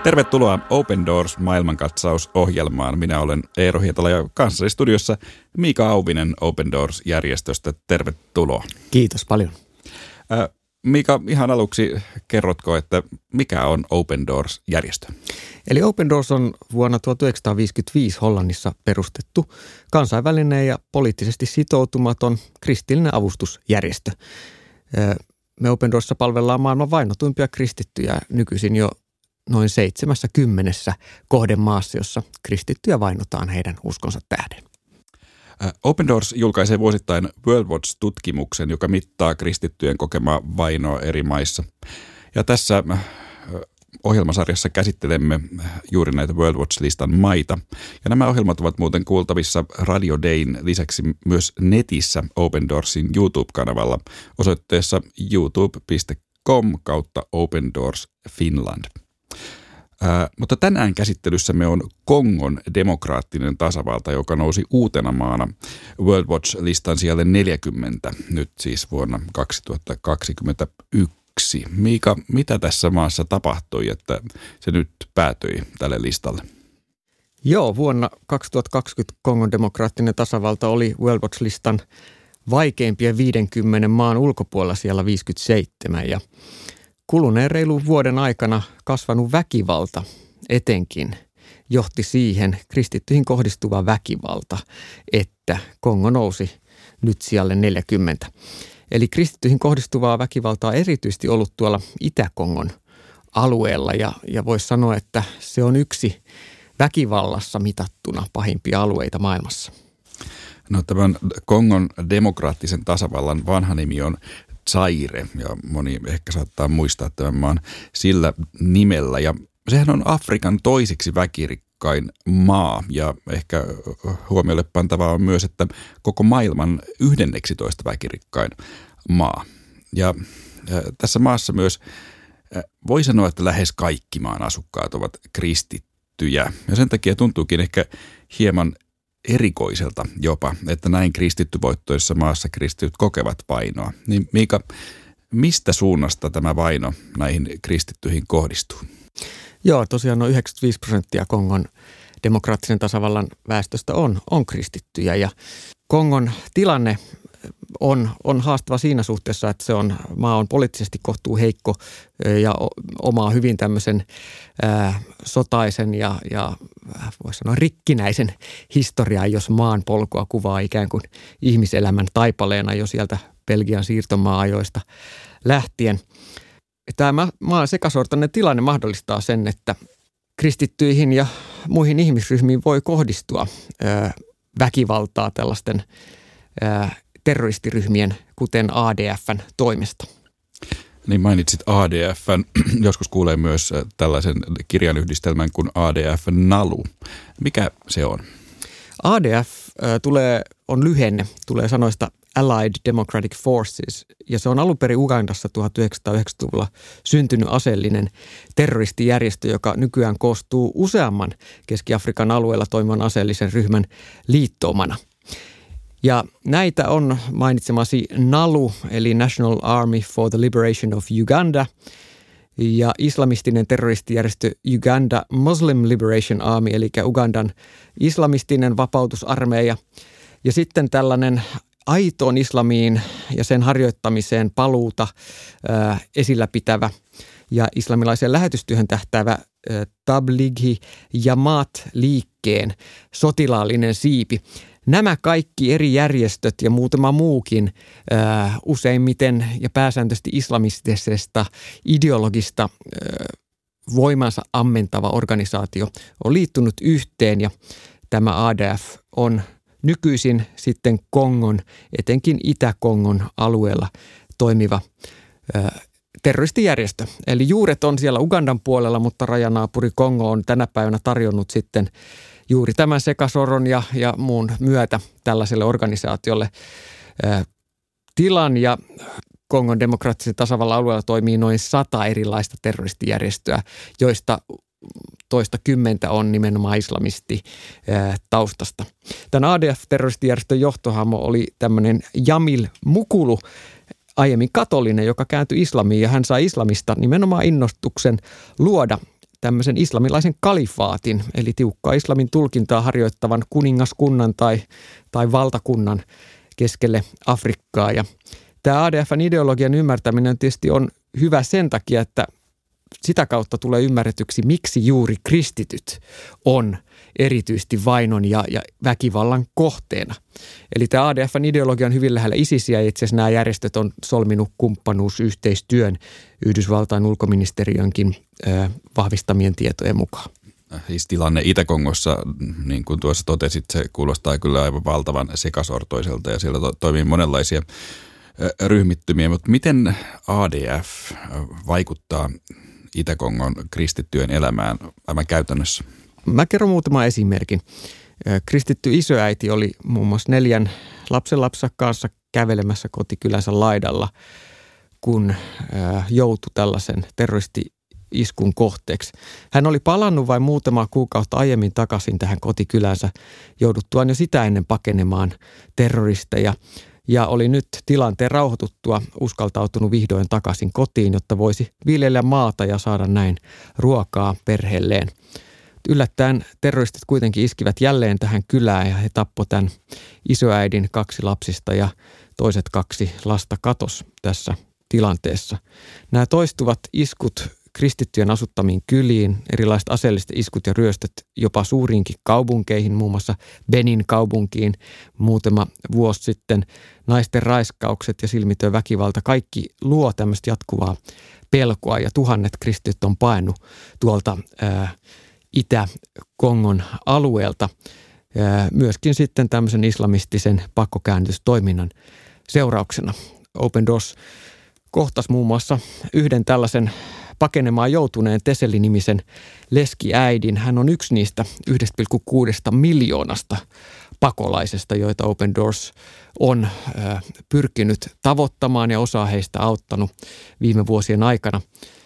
Tervetuloa Open Doors maailmankatsausohjelmaan. Minä olen Eero Hietala ja kanssani studiossa Miika Auvinen Open Doors-järjestöstä. Tervetuloa. Kiitos paljon. Miika, ihan aluksi kerrotko, että mikä on Open Doors-järjestö? Eli Open Doors on vuonna 1955 Hollannissa perustettu kansainvälinen ja poliittisesti sitoutumaton kristillinen avustusjärjestö. Me Open Doorsissa palvellaan maailman vainotuimpia kristittyjä nykyisin jo noin 70 kohdemaassa, jossa kristittyjä vainotaan heidän uskonsa tähden. Open Doors julkaisee vuosittain World Watch-tutkimuksen, joka mittaa kristittyjen kokemaa vainoa eri maissa. Ja tässä ohjelmasarjassa käsittelemme juuri näitä World Watch-listan maita. Ja nämä ohjelmat ovat muuten kuultavissa Radio Dayn lisäksi myös netissä Open Doorsin YouTube-kanavalla osoitteessa youtube.com/Open Doors Finland. Mutta tänään käsittelyssämme on Kongon demokraattinen tasavalta, joka nousi uutena maana World Watch-listan sijalle 40, nyt siis vuonna 2021. Miika, mitä tässä maassa tapahtui, että se nyt päätyi tälle listalle? Joo, vuonna 2020 Kongon demokraattinen tasavalta oli World Watch-listan vaikeimpien 50 maan ulkopuolella siellä 57 ja kuluneen reilun vuoden aikana kasvanut väkivalta etenkin johti siihen kristittyihin kohdistuva väkivalta, että Kongo nousi nyt sijalle 40. Eli kristittyihin kohdistuvaa väkivaltaa on erityisesti ollut tuolla Itä-Kongon alueella ja voisi sanoa, että se on yksi väkivallassa mitattuna pahimpia alueita maailmassa. No, tämän Kongon demokraattisen tasavallan vanha nimi on Zaire, ja moni ehkä saattaa muistaa tämän maan sillä nimellä. Ja sehän on Afrikan toiseksi väkirikkain maa, ja ehkä huomiolle pantavaa on myös, että koko maailman 11 väkirikkain maa. Ja tässä maassa myös voi sanoa, että lähes kaikki maan asukkaat ovat kristittyjä, ja sen takia tuntuukin ehkä hieman erikoiselta jopa, että näin kristittyvoittoisessa maassa kristityt kokevat vainoa. Niin Miika, mistä suunnasta tämä vaino näihin kristittyihin kohdistuu? Joo, tosiaan noin 95% Kongon demokraattisen tasavallan väestöstä on kristittyjä ja Kongon tilanne on haastava siinä suhteessa, että maa on poliittisesti kohtuu heikko ja omaa hyvin tämmöisen sotaisen ja voisi sanoa rikkinäisen historiaa, jos maan polkua kuvaa ikään kuin ihmiselämän taipaleena jo sieltä Belgian siirtomaa-ajoista lähtien. Tämä maan sekasortainen tilanne mahdollistaa sen, että kristittyihin ja muihin ihmisryhmiin voi kohdistua väkivaltaa tällaisten terroristiryhmien, kuten ADF:n toimesta. Niin mainitsit ADF:n. Joskus kuulee myös tällaisen kirjanyhdistelmän kuin ADF-NALU. Mikä se on? ADF on lyhenne, tulee sanoista Allied Democratic Forces, ja se on alun perin Ugandassa 1990-luvulla syntynyt aseellinen terroristijärjestö, joka nykyään koostuu useamman Keski-Afrikan alueella toimivan aseellisen ryhmän liittoumana. Ja näitä on mainitsemasi NALU, eli National Army for the Liberation of Uganda, ja islamistinen terroristijärjestö Uganda Muslim Liberation Army, eli Ugandan islamistinen vapautusarmeija, ja sitten tällainen aitoon islamiin ja sen harjoittamiseen paluuta esillä pitävä ja islamilaiseen lähetystyöhön tähtäävä Tablighi Jamaat-liikkeen sotilaallinen siipi. Nämä kaikki eri järjestöt ja muutama muukin useimmiten ja pääsääntöisesti islamistisesta ideologista voimansa ammentava organisaatio on liittynyt yhteen ja tämä ADF on nykyisin sitten Kongon, etenkin Itä-Kongon alueella toimiva terroristijärjestö. Eli juuret on siellä Ugandan puolella, mutta rajanaapuri Kongo on tänä päivänä tarjonnut sitten juuri tämän sekasorron ja muun myötä tällaiselle organisaatiolle tilan ja Kongon demokraattisen tasavallan alueella toimii noin 100 erilaista terroristijärjestöä, joista toistakymmentä on nimenomaan islamisti taustasta. Tämän ADF-terroristijärjestön johtohahmo oli tämmöinen Jamil Mukulu, aiemmin katolinen, joka kääntyi islamiin ja hän sai islamista nimenomaan innostuksen luoda tämmöisen islamilaisen kalifaatin, eli tiukkaa islamin tulkintaa harjoittavan kuningaskunnan tai valtakunnan keskelle Afrikkaa. Ja tämä ADF:n ideologian ymmärtäminen tietysti on hyvä sen takia, että sitä kautta tulee ymmärretyksi, miksi juuri kristityt on erityisesti vainon ja väkivallan kohteena. Eli tämä ADF:n ideologia on hyvin lähellä ISISiä, ja itse asiassa nämä järjestöt on solminut kumppanuusyhteistyön Yhdysvaltain ulkoministeriönkin vahvistamien tietojen mukaan. Siis tilanne Itä-Kongossa, niin kuin tuossa totesit, se kuulostaa kyllä aivan valtavan sekasortoiselta ja siellä toimii monenlaisia ryhmittymiä, mutta miten ADF vaikuttaa Itä-Kongon kristittyjen elämään aivan käytännössä? Mä kerron muutaman esimerkin. Kristitty isoäiti oli muun muassa 4 lapsenlapsensa kanssa kävelemässä kotikylänsä laidalla, kun joutui tällaisen terroristi-iskun kohteeksi. Hän oli palannut vain muutamaa kuukautta aiemmin takaisin tähän kotikylänsä, jouduttuaan jo sitä ennen pakenemaan terroristeja. Ja oli nyt tilanteen rauhoituttua uskaltautunut vihdoin takaisin kotiin, jotta voisi viljellä maata ja saada näin ruokaa perheelleen. Yllättäen terroristit kuitenkin iskivät jälleen tähän kylään ja he tappoi tämän isoäidin 2 lapsista ja toiset 2 lasta katos tässä tilanteessa. Nämä toistuvat iskut kristittyjen asuttamiin kyliin, erilaiset aseelliset iskut ja ryöstöt jopa suuriinkin kaupunkeihin, muun muassa Benin kaupunkiin muutama vuosi sitten, naisten raiskaukset ja silmitön väkivalta, kaikki luo tämmöistä jatkuvaa pelkoa ja tuhannet kristityt on paennut tuolta Itä-Kongon alueelta myöskin sitten tämmöisen islamistisen pakkokäännytystoiminnan seurauksena. Open Doors kohtasi muun muassa yhden tällaisen pakenemaan joutuneen Teseli-nimisen leskiäidin. Hän on yksi niistä 1,6 miljoonasta pakolaisesta, joita Open Doors on pyrkinyt tavoittamaan ja osa heistä auttanut viime vuosien aikana.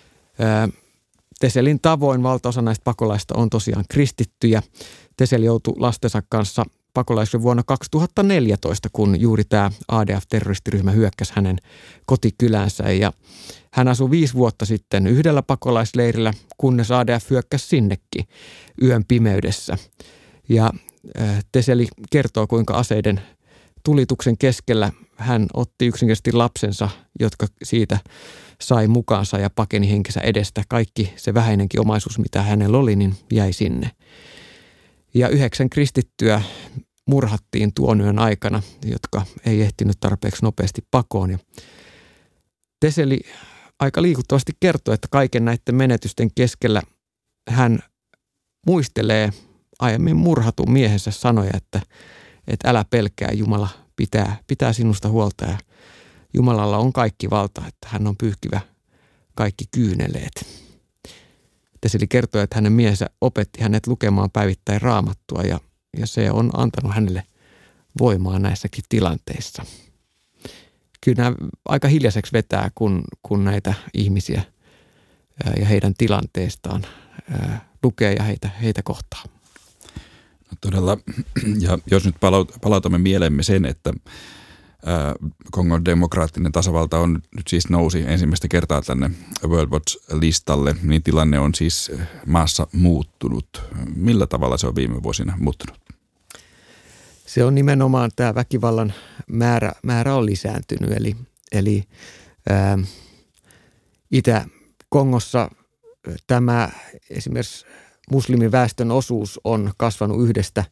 Teselin tavoin valtaosa näistä pakolaista on tosiaan kristittyjä. Teseli joutui lastensa kanssa pakolaisuuden vuonna 2014, kun juuri tämä ADF-terroristiryhmä hyökkäsi hänen kotikylänsä. Ja hän asui 5 vuotta sitten yhdellä pakolaisleirillä, kunnes ADF hyökkäsi sinnekin yön pimeydessä. Ja Teseli kertoo, kuinka aseiden tulituksen keskellä hän otti yksinkertaisesti lapsensa, jotka siitä sai mukaansa ja pakeni henkensä edestä. Kaikki se vähäinenkin omaisuus, mitä hänellä oli, niin jäi sinne. Ja 9 kristittyä murhattiin tuon yön aikana, jotka ei ehtinyt tarpeeksi nopeasti pakoon. Ja Teseli aika liikuttavasti kertoo, että kaiken näiden menetysten keskellä hän muistelee aiemmin murhatun miehensä sanoja, että älä pelkää, Jumala pitää sinusta huolta ja Jumalalla on kaikki valta, että hän on pyyhkivä kaikki kyyneleet. Teseli kertoo, että hänen miehensä opetti hänet lukemaan päivittäin Raamattua ja se on antanut hänelle voimaa näissäkin tilanteissa. Kyllä nämä aika hiljaiseksi vetää, kun näitä ihmisiä ja heidän tilanteestaan lukee ja heitä kohtaa. No todella, ja jos nyt palautamme mieleemme sen, että Kongon demokraattinen tasavalta on nyt siis nousi ensimmäistä kertaa tänne World Watch-listalle, niin tilanne on siis maassa muuttunut. Millä tavalla se on viime vuosina muuttunut? Se on nimenomaan tämä väkivallan määrä on lisääntynyt, eli Itä-Kongossa tämä esimerkiksi muslimiväestön osuus on kasvanut 1%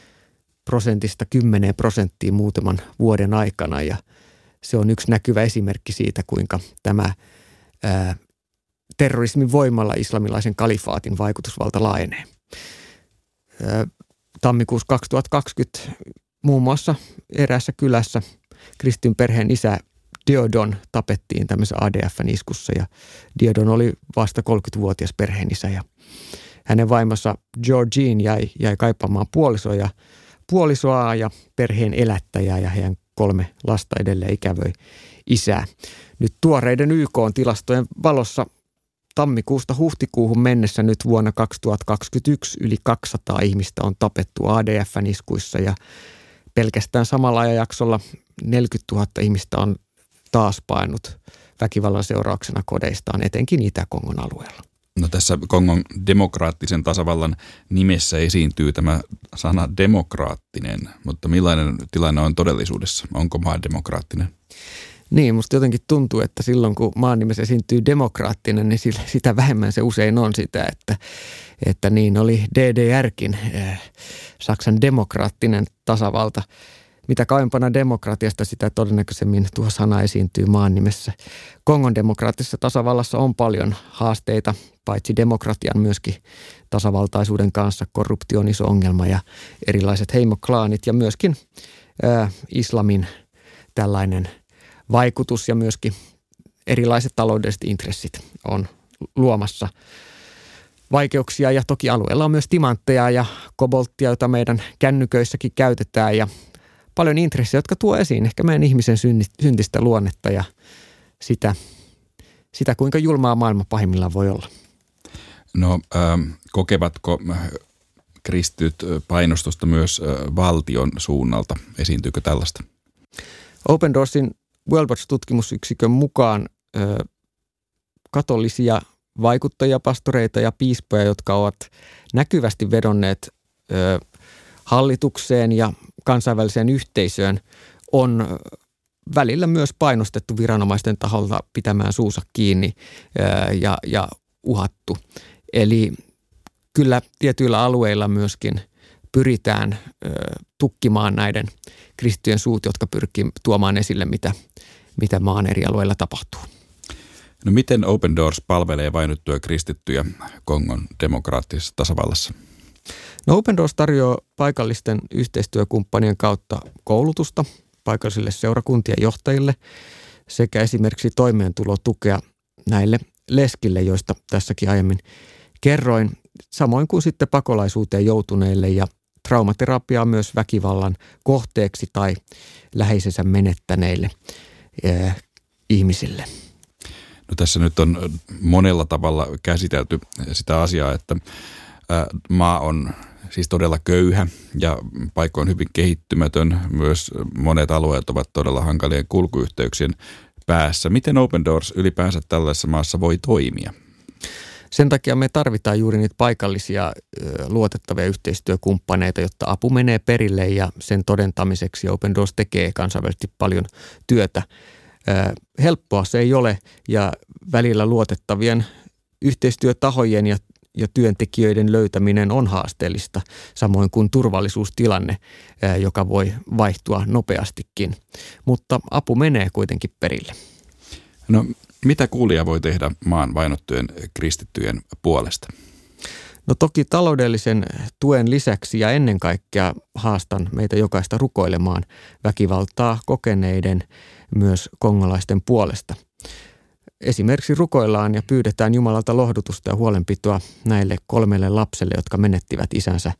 10% muutaman vuoden aikana ja se on yksi näkyvä esimerkki siitä, kuinka tämä terrorismin voimalla islamilaisen kalifaatin vaikutusvalta laajenee. Tammikuussa 2020 muun muassa eräässä kylässä kristityn perheen isä Diodon tapettiin tämmöisessä ADF:n iskussa ja Diodon oli vasta 30-vuotias perheenisä ja hänen vaimonsa Georgine jäi kaipaamaan puolisoa ja perheen elättäjää ja heidän 3 lasta edelleen ikävöi isää. Nyt tuoreiden YK-tilastojen valossa tammikuusta huhtikuuhun mennessä nyt vuonna 2021 yli 200 ihmistä on tapettu ADF:n iskuissa ja pelkästään samalla ajanjaksolla 40 000 ihmistä on taas paennut väkivallan seurauksena kodeistaan, etenkin Itä-Kongon alueella. No tässä Kongon demokraattisen tasavallan nimessä esiintyy tämä sana demokraattinen, mutta millainen tilanne on todellisuudessa? Onko maa demokraattinen? Niin, musta jotenkin tuntuu, että silloin kun maan nimessä esiintyy demokraattinen, niin sitä vähemmän se usein on sitä, että niin oli DDRkin, Saksan demokraattinen tasavalta. Mitä kauempana demokratiasta, sitä todennäköisemmin tuo sana esiintyy maan nimessä. Kongon demokraattisessa tasavallassa on paljon haasteita, paitsi demokratian myöskin tasavaltaisuuden kanssa. Korruptio on iso ongelma ja erilaiset heimoklaanit ja myöskin islamin tällainen vaikutus ja myöskin erilaiset taloudelliset intressit on luomassa vaikeuksia. Ja toki alueella on myös timantteja ja kobolttia, jota meidän kännyköissäkin käytetään ja paljon intressejä, jotka tuo esiin ehkä meidän ihmisen syntistä luonnetta ja sitä kuinka julmaa maailma pahimmillaan voi olla. No kokevatko kristityt painostusta myös valtion suunnalta? Esiintyykö tällaista? Open Doorsin World Watch-tutkimusyksikön mukaan katolisia vaikuttajia, pastoreita ja piispoja, jotka ovat näkyvästi vedonneet hallitukseen ja kansainväliseen yhteisöön, on välillä myös painostettu viranomaisten taholta pitämään suunsa kiinni ja uhattu. Eli kyllä tietyillä alueilla myöskin pyritään tukkimaan näiden kristittyjen suut, jotka pyrkii tuomaan esille, mitä maan eri alueilla tapahtuu. No miten Open Doors palvelee vainottuja kristittyjä Kongon demokraattisessa tasavallassa? No Open Doors tarjoaa paikallisten yhteistyökumppanien kautta koulutusta paikallisille seurakuntien johtajille sekä esimerkiksi toimeentulotukea näille leskille, joista tässäkin aiemmin kerroin, samoin kuin sitten pakolaisuuteen joutuneille ja traumaterapiaa myös väkivallan kohteeksi tai läheisensä menettäneille ihmisille. No tässä nyt on monella tavalla käsitelty sitä asiaa, että maa on siis todella köyhä ja paikka on hyvin kehittymätön. Myös monet alueet ovat todella hankalien kulkuyhteyksien päässä. Miten Open Doors ylipäänsä tällaisessa maassa voi toimia? Sen takia me tarvitaan juuri niitä paikallisia luotettavia yhteistyökumppaneita, jotta apu menee perille ja sen todentamiseksi Open Doors tekee kansainvälisesti paljon työtä. Helppoa se ei ole ja välillä luotettavien yhteistyötahojen ja työntekijöiden löytäminen on haasteellista, samoin kuin turvallisuustilanne, joka voi vaihtua nopeastikin. Mutta apu menee kuitenkin perille. No mitä kuulija voi tehdä maan vainottujen kristittyjen puolesta? No toki taloudellisen tuen lisäksi ja ennen kaikkea haastan meitä jokaista rukoilemaan väkivaltaa kokeneiden myös kongolaisten puolesta. Esimerkiksi rukoillaan ja pyydetään Jumalalta lohdutusta ja huolenpitoa näille 3 lapselle, jotka menettivät isänsä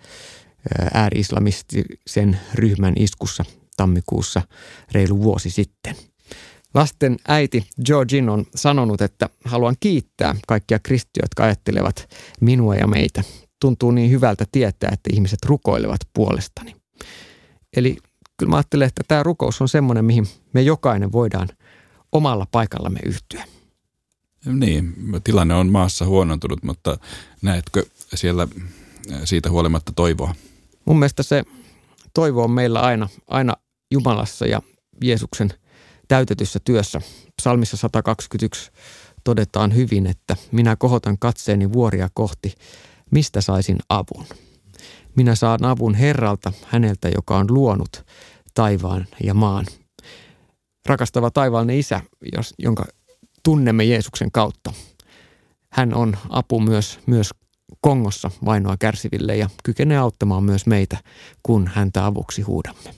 ääri-islamistisen ryhmän iskussa tammikuussa reilu vuosi sitten. Lasten äiti Georgine on sanonut, että haluan kiittää kaikkia kristittyjä, jotka ajattelevat minua ja meitä. Tuntuu niin hyvältä tietää, että ihmiset rukoilevat puolestani. Eli kyllä mä ajattelen, että tämä rukous on semmoinen, mihin me jokainen voidaan omalla paikallamme yhtyä. Niin, tilanne on maassa huonontunut, mutta näetkö siellä siitä huolimatta toivoa? Mun mielestä se toivo on meillä aina Jumalassa ja Jeesuksen täytetyssä työssä. Psalmissa 121 todetaan hyvin, että minä kohotan katseeni vuoria kohti, mistä saisin avun. Minä saan avun Herralta, häneltä, joka on luonut taivaan ja maan. Rakastava taivaallinen Isä, jonka tunnemme Jeesuksen kautta. Hän on apu myös Kongossa vainoa kärsiville ja kykenee auttamaan myös meitä, kun häntä avuksi huudamme.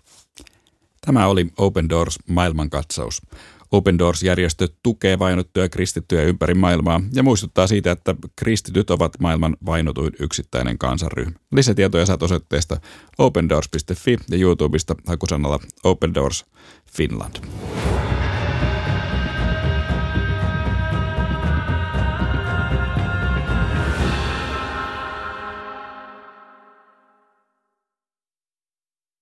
Tämä oli Open Doors maailmankatsaus. Open Doors-järjestö tukee vainottuja kristittyjä ympäri maailmaa ja muistuttaa siitä, että kristityt ovat maailman vainotuin yksittäinen kansanryhmä. Lisätietoja saat osoitteesta opendoors.fi ja YouTubesta hakusanalla Open Doors Finland.